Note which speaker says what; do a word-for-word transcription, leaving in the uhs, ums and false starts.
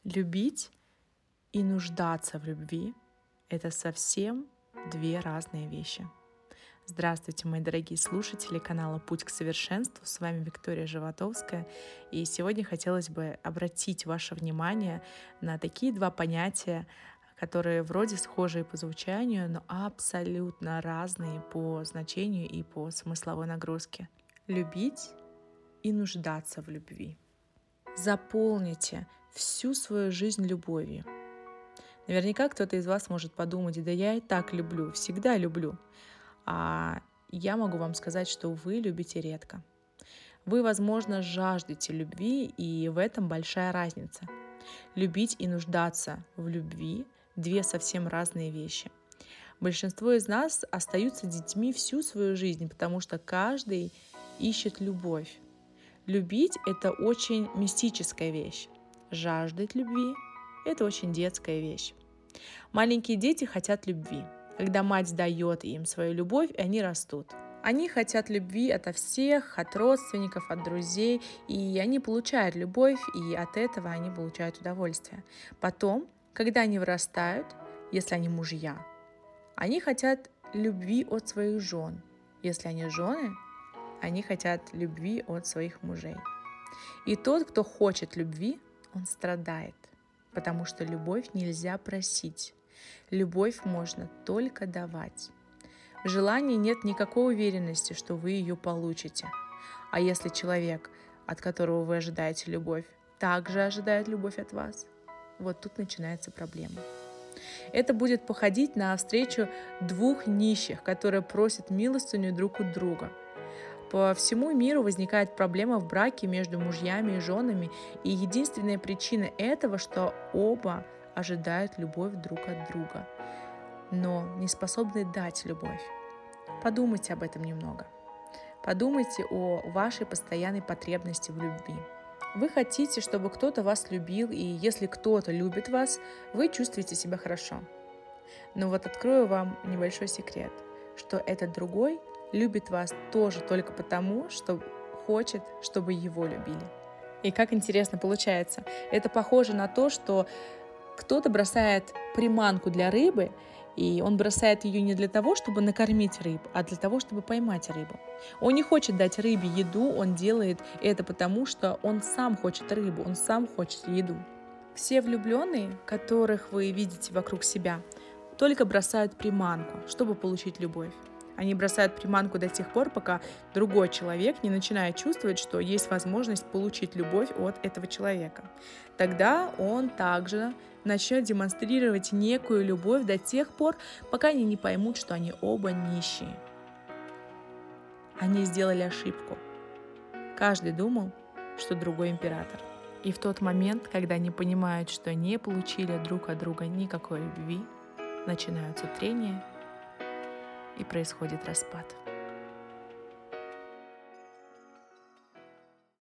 Speaker 1: Любить и нуждаться в любви — это совсем две разные вещи. Здравствуйте, мои дорогие слушатели канала «Путь к совершенству». С вами Виктория Животовская. И сегодня хотелось бы обратить ваше внимание на такие два понятия, которые вроде схожие по звучанию, но абсолютно разные по значению и по смысловой нагрузке. Любить и нуждаться в любви. Заполните всю свою жизнь любовью. Наверняка кто-то из вас может подумать: да я и так люблю, всегда люблю. А я могу вам сказать, что вы любите редко. Вы, возможно, жаждете любви, и в этом большая разница. Любить и нуждаться в любви — две совсем разные вещи. Большинство из нас остаются детьми всю свою жизнь, потому что каждый ищет любовь. Любить — это очень мистическая вещь. Жаждать любви — это очень детская вещь. Маленькие дети хотят любви. Когда мать дает им свою любовь, они растут. Они хотят любви ото всех, от родственников, от друзей, и они получают любовь, и от этого они получают удовольствие. Потом, когда они вырастают, если они мужья, они хотят любви от своих жен. Если они жены, они хотят любви от своих мужей. И тот, кто хочет любви, он страдает, потому что любовь нельзя просить. Любовь можно только давать. В желании нет никакой уверенности, что вы ее получите. А если человек, от которого вы ожидаете любовь, также ожидает любовь от вас, вот тут начинается проблема. Это будет походить на встречу двух нищих, которые просят милостыню друг у друга. По всему миру возникает проблема в браке между мужьями и женами, и единственная причина этого, что оба ожидают любовь друг от друга, но не способны дать любовь. Подумайте об этом немного. Подумайте о вашей постоянной потребности в любви. Вы хотите, чтобы кто-то вас любил, и если кто-то любит вас, вы чувствуете себя хорошо. Но вот открою вам небольшой секрет, что этот другой любит вас тоже только потому, что хочет, чтобы его любили. И как интересно получается. Это похоже на то, что кто-то бросает приманку для рыбы, и он бросает ее не для того, чтобы накормить рыб, а для того, чтобы поймать рыбу. Он не хочет дать рыбе еду, он делает это потому, что он сам хочет рыбу, он сам хочет еду. Все влюбленные, которых вы видите вокруг себя, только бросают приманку, чтобы получить любовь. Они бросают приманку до тех пор, пока другой человек не начинает чувствовать, что есть возможность получить любовь от этого человека. Тогда он также начнет демонстрировать некую любовь до тех пор, пока они не поймут, что они оба нищие. Они сделали ошибку. Каждый думал, что другой император. И в тот момент, когда они понимают, что не получили друг от друга никакой любви, начинаются трения, и происходит распад.